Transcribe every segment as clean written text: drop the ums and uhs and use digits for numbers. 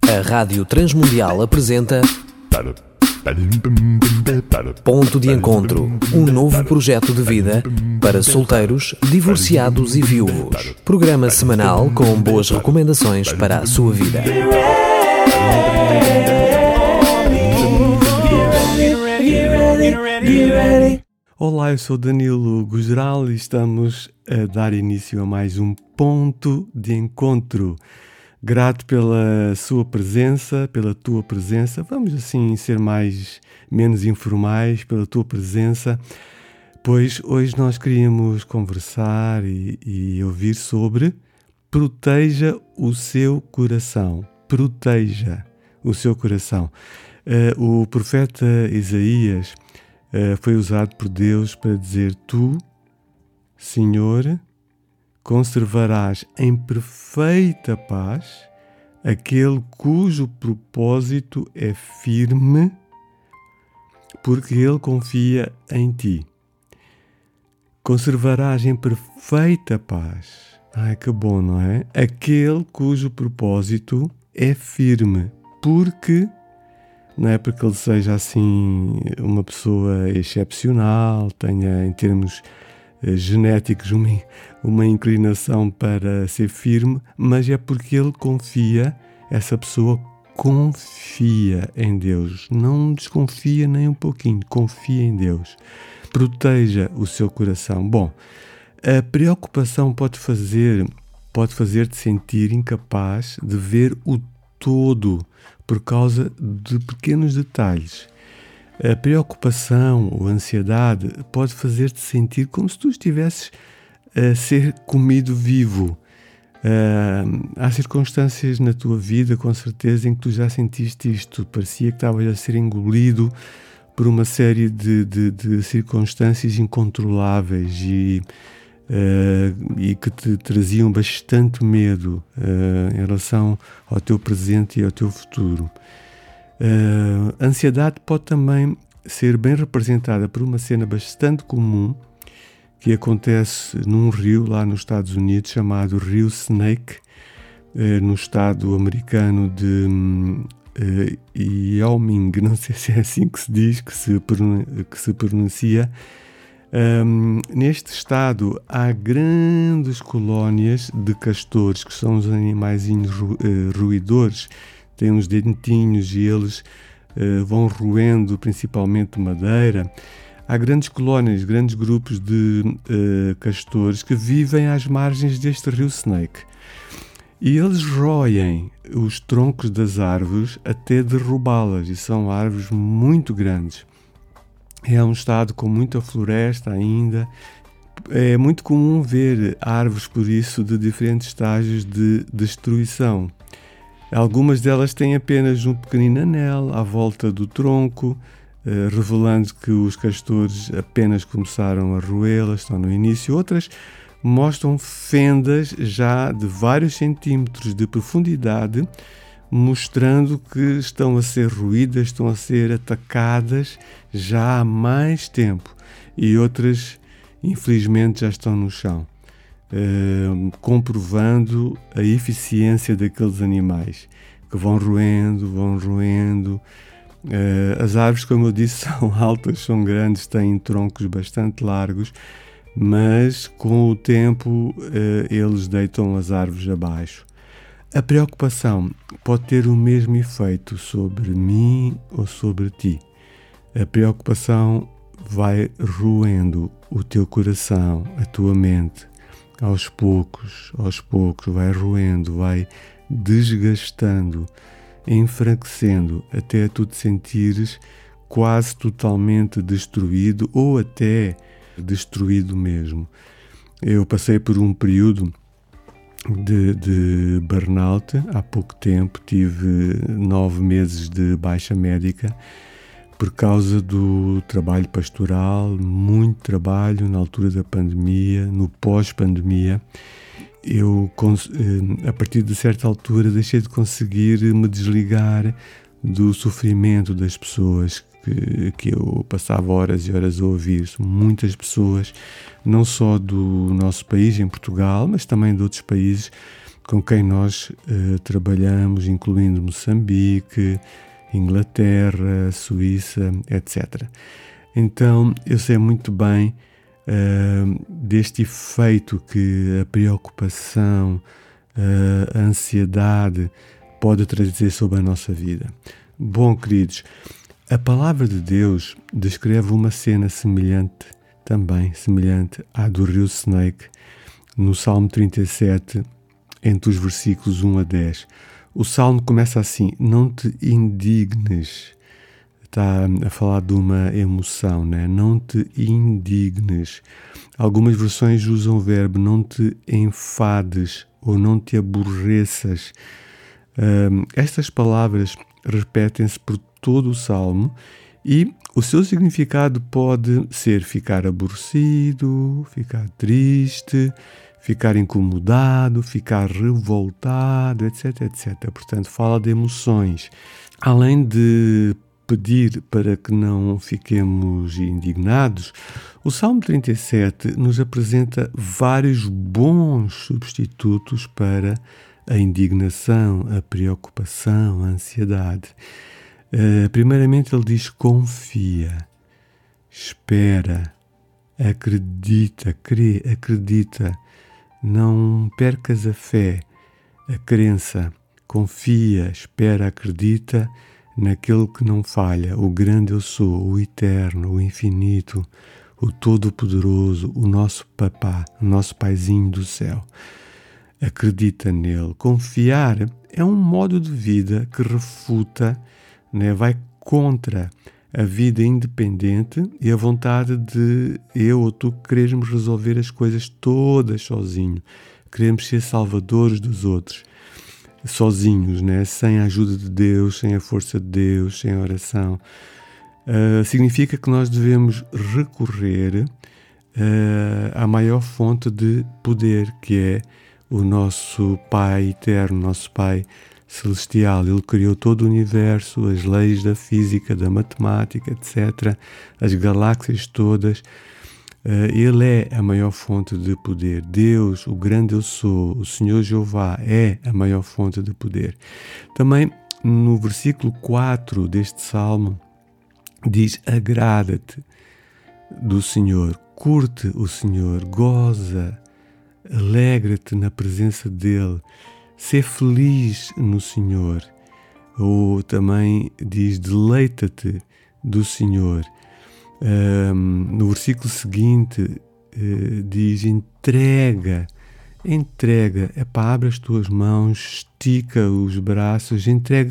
A Rádio Transmundial apresenta Ponto de Encontro, um novo projeto de vida para solteiros, divorciados e viúvos. Programa semanal com boas recomendações para a sua vida. Olá, eu sou Danilo Gugeral e estamos a dar início a mais um Ponto de Encontro. Grato pela sua presença, pela tua presença. Vamos assim ser menos informais pela tua presença, pois hoje nós queríamos conversar e ouvir sobre proteja o seu coração. Proteja o seu coração. O profeta Isaías foi usado por Deus para dizer: Tu, Senhor, conservarás em perfeita paz aquele cujo propósito é firme, porque ele confia em ti. Conservarás em perfeita paz. Ai, que bom, não é? Aquele cujo propósito é firme, porque não é porque ele seja assim uma pessoa excepcional, tenha em termos genéticos uma inclinação para ser firme, mas é porque ele confia, essa pessoa confia em Deus, não desconfia nem um pouquinho, confia em Deus. Proteja o seu coração. Bom, a preocupação pode fazer-te sentir incapaz de ver o todo por causa de pequenos detalhes. A preocupação ou a ansiedade pode fazer-te sentir como se tu estivesses a ser comido vivo. Há circunstâncias na tua vida, com certeza, em que tu já sentiste isto. Parecia que estavas a ser engolido por uma série de circunstâncias incontroláveis e que te traziam bastante medo em relação ao teu presente e ao teu futuro. A ansiedade pode também ser bem representada por uma cena bastante comum que acontece num rio lá nos Estados Unidos chamado Rio Snake, no estado americano de Wyoming, não sei se é assim que se diz, que se pronuncia. Neste estado há grandes colónias de castores, que são os animaizinhos roedores. Têm uns dentinhos e eles vão roendo principalmente madeira. Há grandes colónias, grandes grupos de castores que vivem às margens deste rio Snake. E eles roem os troncos das árvores até derrubá-las, e são árvores muito grandes. É um estado com muita floresta ainda. É muito comum ver árvores, por isso, de diferentes estágios de destruição. Algumas delas têm apenas um pequenino anel à volta do tronco, revelando que os castores apenas começaram a roê-las, estão no início. Outras mostram fendas já de vários centímetros de profundidade, mostrando que estão a ser roídas, estão a ser atacadas já há mais tempo. E outras, infelizmente, já estão no chão. Comprovando a eficiência daqueles animais que vão roendo. As árvores, como eu disse, são altas, são grandes, têm troncos bastante largos, mas com o tempo eles deitam as árvores abaixo. A preocupação pode ter o mesmo efeito sobre mim ou sobre ti. A preocupação vai roendo o teu coração, a tua mente. Aos poucos, vai roendo, vai desgastando, enfraquecendo, até tu te sentires quase totalmente destruído ou até destruído mesmo. Eu passei por um período de burnout há pouco tempo, tive 9 meses de baixa médica por causa do trabalho pastoral, muito trabalho na altura da pandemia, no pós-pandemia. Eu, a partir de certa altura, deixei de conseguir me desligar do sofrimento das pessoas que eu passava horas e horas a ouvir. Muitas pessoas, não só do nosso país, em Portugal, mas também de outros países, com quem nós trabalhamos, incluindo Moçambique, Inglaterra, Suíça, etc. Então, eu sei muito bem deste efeito que a preocupação, a ansiedade pode trazer sobre a nossa vida. Bom, queridos, a palavra de Deus descreve uma cena semelhante à do rio Snake, no Salmo 37, entre os versículos 1 a 10. O Salmo começa assim: não te indignes. Está a falar de uma emoção, né? Não te indignes. Algumas versões usam o verbo não te enfades ou não te aborreças. Estas palavras repetem-se por todo o Salmo e o seu significado pode ser ficar aborrecido, ficar triste, ficar incomodado, ficar revoltado, etc, etc. Portanto, fala de emoções. Além de pedir para que não fiquemos indignados, o Salmo 37 nos apresenta vários bons substitutos para a indignação, a preocupação, a ansiedade. Primeiramente ele diz: confia, espera, acredita, crê, acredita. Não percas a fé, a crença. Confia, espera, acredita naquele que não falha, o grande eu sou, o eterno, o infinito, o todo-poderoso, o nosso papá, o nosso paizinho do céu. Acredita nele. Confiar é um modo de vida que refuta, né, vai contra a vida independente e a vontade de eu ou tu querermos resolver as coisas todas sozinho. Queremos ser salvadores dos outros, sozinhos, né? Sem a ajuda de Deus, sem a força de Deus, sem a oração. Significa que nós devemos recorrer à maior fonte de poder, que é o nosso Pai eterno, nosso Pai celestial. Ele criou todo o universo, as leis da física, da matemática, etc., as galáxias todas. Ele é a maior fonte de poder. Deus, o grande eu sou, o Senhor Jeová, é a maior fonte de poder. Também no versículo 4 deste salmo diz: agrada-te do Senhor, curte o Senhor, goza, alegra-te na presença dele, ser feliz no Senhor. Ou também diz: deleita-te do Senhor. No versículo seguinte diz: entrega, abre as tuas mãos, estica os braços, entrega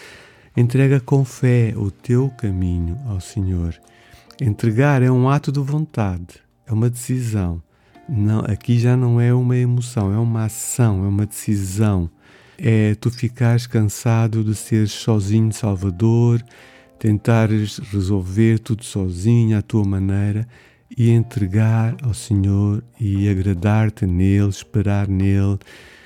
com fé o teu caminho ao Senhor. Entregar é um ato de vontade, é uma decisão. Não, aqui já não é uma emoção, é uma ação, é uma decisão. É tu ficares cansado de seres sozinho salvador, tentares resolver tudo sozinho à tua maneira e entregar ao Senhor e agradar-te nele, esperar nele.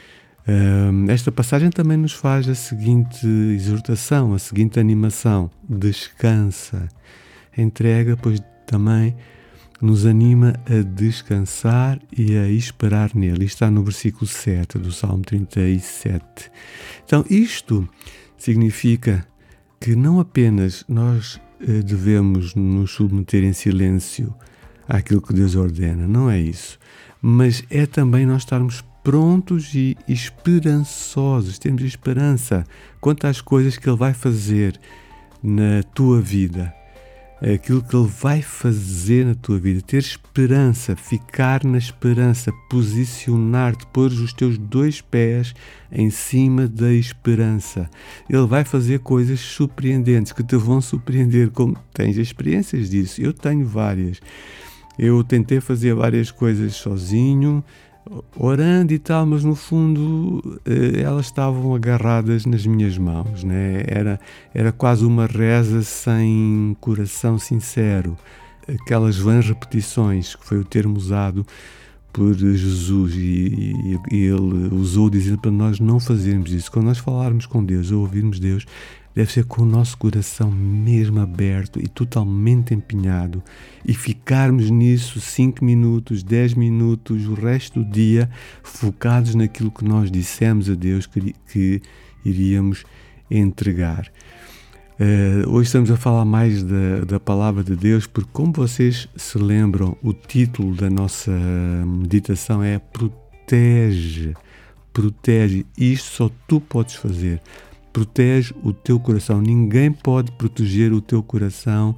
Esta passagem também nos faz a seguinte exortação, a seguinte animação: descansa. A entrega, pois, também nos anima a descansar e a esperar nele. Isto está no versículo 7 do Salmo 37. Então, isto significa que não apenas nós devemos nos submeter em silêncio àquilo que Deus ordena, não é isso, mas é também nós estarmos prontos e esperançosos, termos esperança quanto às coisas que Ele vai fazer na tua vida, aquilo que Ele vai fazer na tua vida, ter esperança, ficar na esperança, posicionar-te, pôr os teus dois pés em cima da esperança. Ele vai fazer coisas surpreendentes, que te vão surpreender, como tens experiências disso. Eu tenho várias. Eu tentei fazer várias coisas sozinho, orando e tal, mas no fundo elas estavam agarradas nas minhas mãos, né? Era quase uma reza sem coração sincero, aquelas vãs repetições, que foi o termo usado por Jesus e Ele usou dizendo para nós não fazermos isso. Quando nós falarmos com Deus ou ouvirmos Deus, deve ser com o nosso coração mesmo aberto e totalmente empenhado e ficarmos nisso 5 minutos, 10 minutos, o resto do dia focados naquilo que nós dissemos a Deus que iríamos entregar. Hoje estamos a falar mais da palavra de Deus, porque, como vocês se lembram, o título da nossa meditação é Protege. Protege. Isto só tu podes fazer. Protege o teu coração. Ninguém pode proteger o teu coração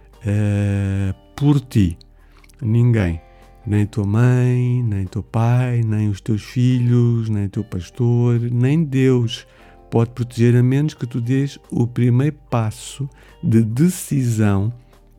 por ti. Ninguém. Nem tua mãe, nem teu pai, nem os teus filhos, nem teu pastor, nem Deus pode proteger, a menos que tu dês o primeiro passo de decisão,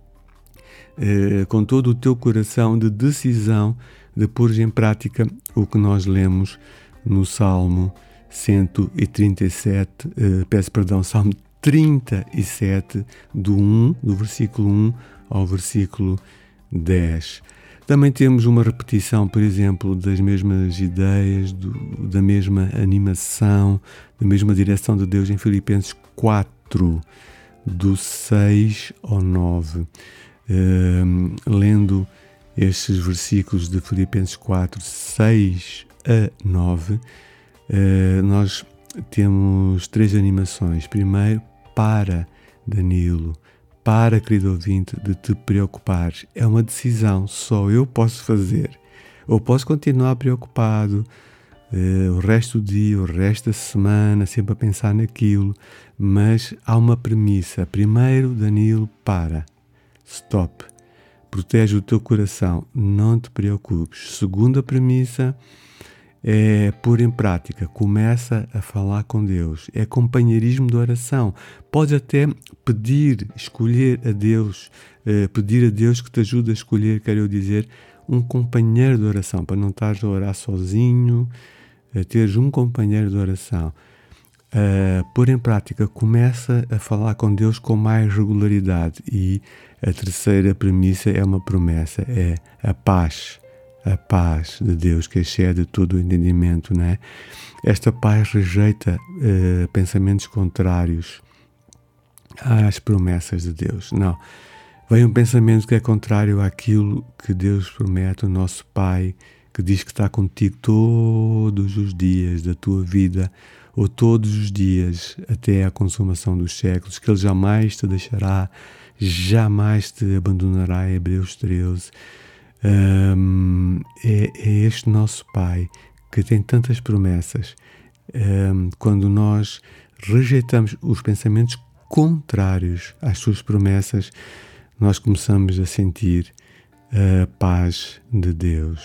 com todo o teu coração, de decisão de pôr em prática o que nós lemos no Salmo 137, Salmo 37, do versículo 1 ao versículo 10. Também temos uma repetição, por exemplo, das mesmas ideias, da mesma animação, da mesma direção de Deus em Filipenses 4, do 6 ao 9. Lendo estes versículos de Filipenses 4, 6 a 9, nós temos 3 animações. Primeiro, para, Danilo. Para, querido ouvinte, de te preocupares. É uma decisão, só eu posso fazer. Ou posso continuar preocupado o resto do dia, o resto da semana, sempre a pensar naquilo, mas há uma premissa. Primeiro, Danilo, para. Stop. Protege o teu coração, não te preocupes. Segunda premissa é pôr em prática, começa a falar com Deus, é companheirismo de oração. Podes até escolher a Deus, pedir a Deus que te ajude a escolher, quero dizer, um companheiro de oração, para não estares a orar sozinho, teres um companheiro de oração. Pôr em prática, começa a falar com Deus com mais regularidade. E a terceira premissa é uma promessa, é a paz. A paz de Deus que excede todo o entendimento, não é? Esta paz rejeita pensamentos contrários às promessas de Deus. Não. Vem um pensamento que é contrário àquilo que Deus promete, o nosso Pai, que diz que está contigo todos os dias da tua vida, ou todos os dias até à consumação dos séculos, que Ele jamais te deixará, jamais te abandonará. Hebreus 13. É este nosso Pai que tem tantas promessas. Quando nós rejeitamos os pensamentos contrários às suas promessas, nós começamos a sentir a paz de Deus.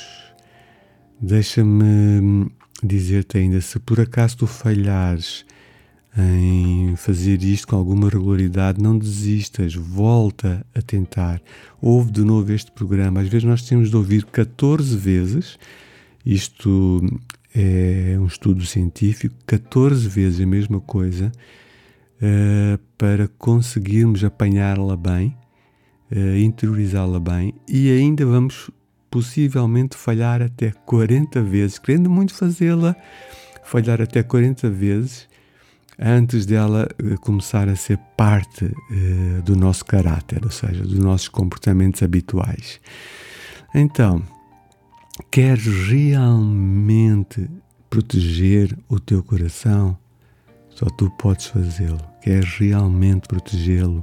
Deixa-me dizer-te ainda, se por acaso tu falhares em fazer isto com alguma regularidade, não desistas, volta a tentar. Ouve de novo este programa. Às vezes nós temos de ouvir 14 vezes, isto é um estudo científico, 14 vezes a mesma coisa, para conseguirmos apanhá-la bem, interiorizá-la bem, e ainda vamos possivelmente falhar até 40 vezes, querendo muito fazê-la, falhar até 40 vezes, antes dela começar a ser parte do nosso caráter, ou seja, dos nossos comportamentos habituais. Então, queres realmente proteger o teu coração? Só tu podes fazê-lo. Queres realmente protegê-lo?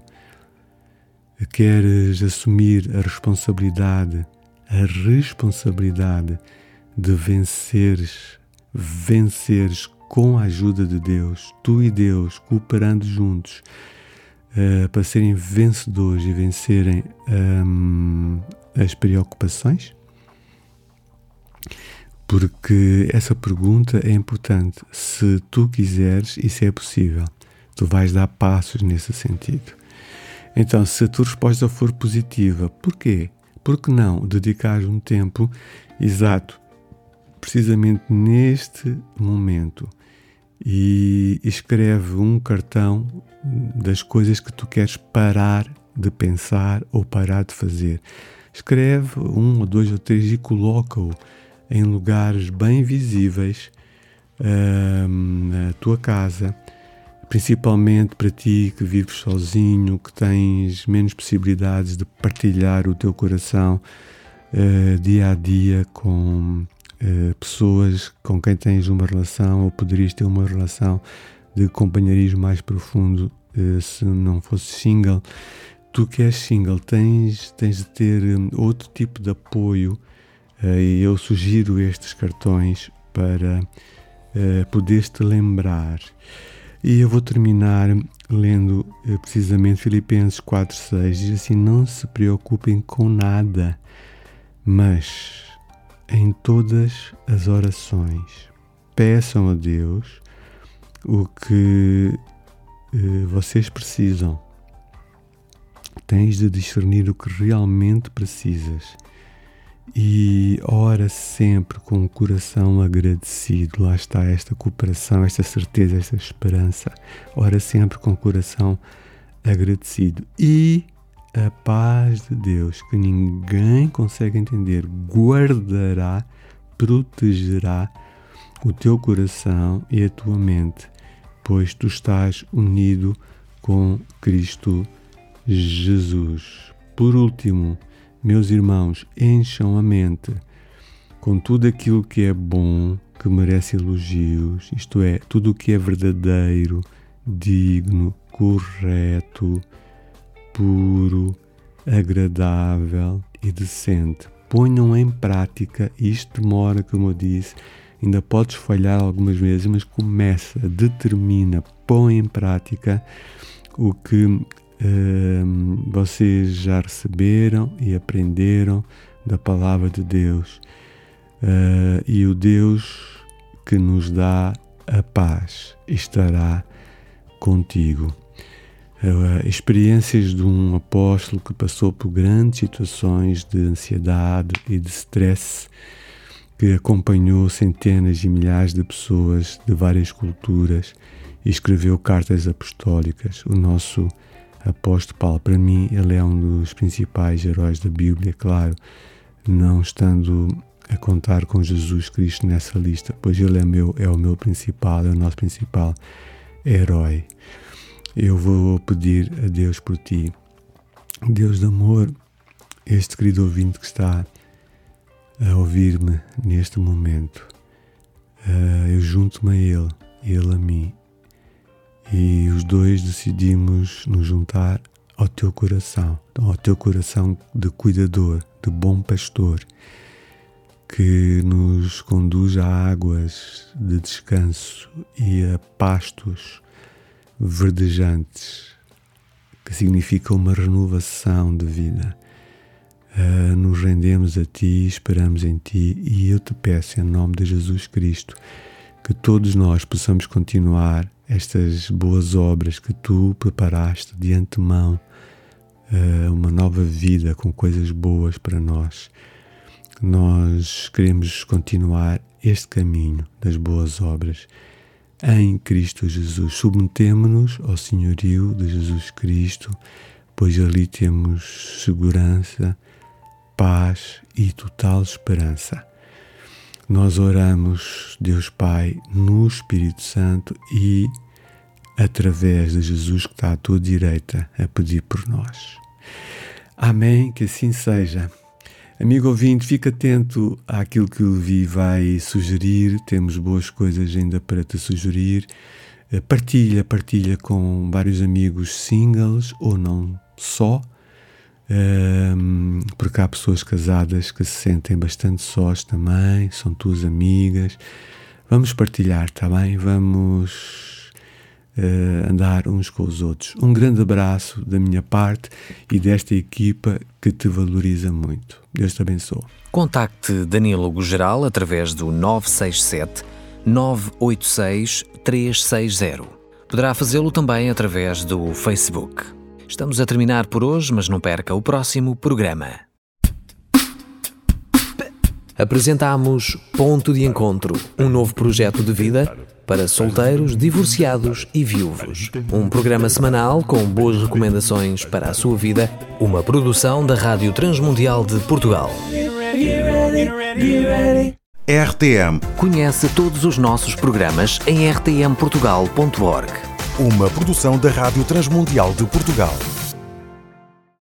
Queres assumir a responsabilidade de venceres com a ajuda de Deus, tu e Deus, cooperando juntos, para serem vencedores e vencerem as preocupações? Porque essa pergunta é importante. Se tu quiseres, isso é possível. Tu vais dar passos nesse sentido. Então, se a tua resposta for positiva, porquê? Por que não dedicar um tempo exato, precisamente neste momento, e escreve um cartão das coisas que tu queres parar de pensar ou parar de fazer. Escreve 1 ou 2 ou 3 e coloca-o em lugares bem visíveis na tua casa, principalmente para ti que vives sozinho, que tens menos possibilidades de partilhar o teu coração dia a dia com pessoas com quem tens uma relação ou poderias ter uma relação de companheirismo mais profundo se não fosse single. Tu que és single tens de ter outro tipo de apoio e eu sugiro estes cartões para poderes te lembrar. E eu vou terminar lendo precisamente Filipenses 4:6, diz assim: não se preocupem com nada, mas em todas as orações peçam a Deus o que vocês precisam. Tens de discernir o que realmente precisas e ora sempre com o coração agradecido. Lá está esta cooperação, esta certeza, esta esperança. Ora sempre com o coração agradecido. E a paz de Deus, que ninguém consegue entender, guardará, protegerá o teu coração e a tua mente, pois tu estás unido com Cristo Jesus. Por último, meus irmãos, encham a mente com tudo aquilo que é bom, que merece elogios, isto é, tudo o que é verdadeiro, digno, correto, puro, agradável e decente. Ponham em prática, isto demora, como eu disse, ainda podes falhar algumas vezes, mas começa, determina, põe em prática o que vocês já receberam e aprenderam da palavra de Deus. E o Deus que nos dá a paz estará contigo. Experiências de um apóstolo que passou por grandes situações de ansiedade e de stress, que acompanhou centenas e milhares de pessoas de várias culturas e escreveu cartas apostólicas. O nosso apóstolo Paulo, para mim, ele é um dos principais heróis da Bíblia, claro, não estando a contar com Jesus Cristo nessa lista, pois ele é o meu principal, é o nosso principal herói. Eu vou pedir a Deus por ti. Deus de amor, este querido ouvinte que está a ouvir-me neste momento, eu junto-me a ele a mim, e os dois decidimos nos juntar ao teu coração de cuidador, de bom pastor, que nos conduz a águas de descanso e a pastos verdejantes, que significa uma renovação de vida. Nos rendemos a ti, esperamos em ti, e eu te peço em nome de Jesus Cristo que todos nós possamos continuar estas boas obras que tu preparaste de antemão, uma nova vida com coisas boas para nós. Nós queremos continuar este caminho das boas obras em Cristo Jesus. Submetemo-nos ao senhorio de Jesus Cristo, pois ali temos segurança, paz e total esperança. Nós oramos, Deus Pai, no Espírito Santo e através de Jesus que está à tua direita a pedir por nós. Amém, que assim seja. Amigo ouvinte, fica atento àquilo que o Levi vai sugerir, temos boas coisas ainda para te sugerir. Partilha com vários amigos singles ou não só, porque há pessoas casadas que se sentem bastante sós também, são tuas amigas. Vamos partilhar, está bem? Vamos andar uns com os outros. Um grande abraço da minha parte e desta equipa que te valoriza muito. Deus te abençoe. Contacte Danilo Geral através do 967 986 360. Poderá fazê-lo também através do Facebook. Estamos a terminar por hoje, mas não perca o próximo programa. Apresentamos Ponto de Encontro, um novo projeto de vida para solteiros, divorciados e viúvos. Um programa semanal com boas recomendações para a sua vida, uma produção da Rádio Transmundial de Portugal. RTM. Conhece todos os nossos programas em rtmportugal.org. Uma produção da Rádio Transmundial de Portugal.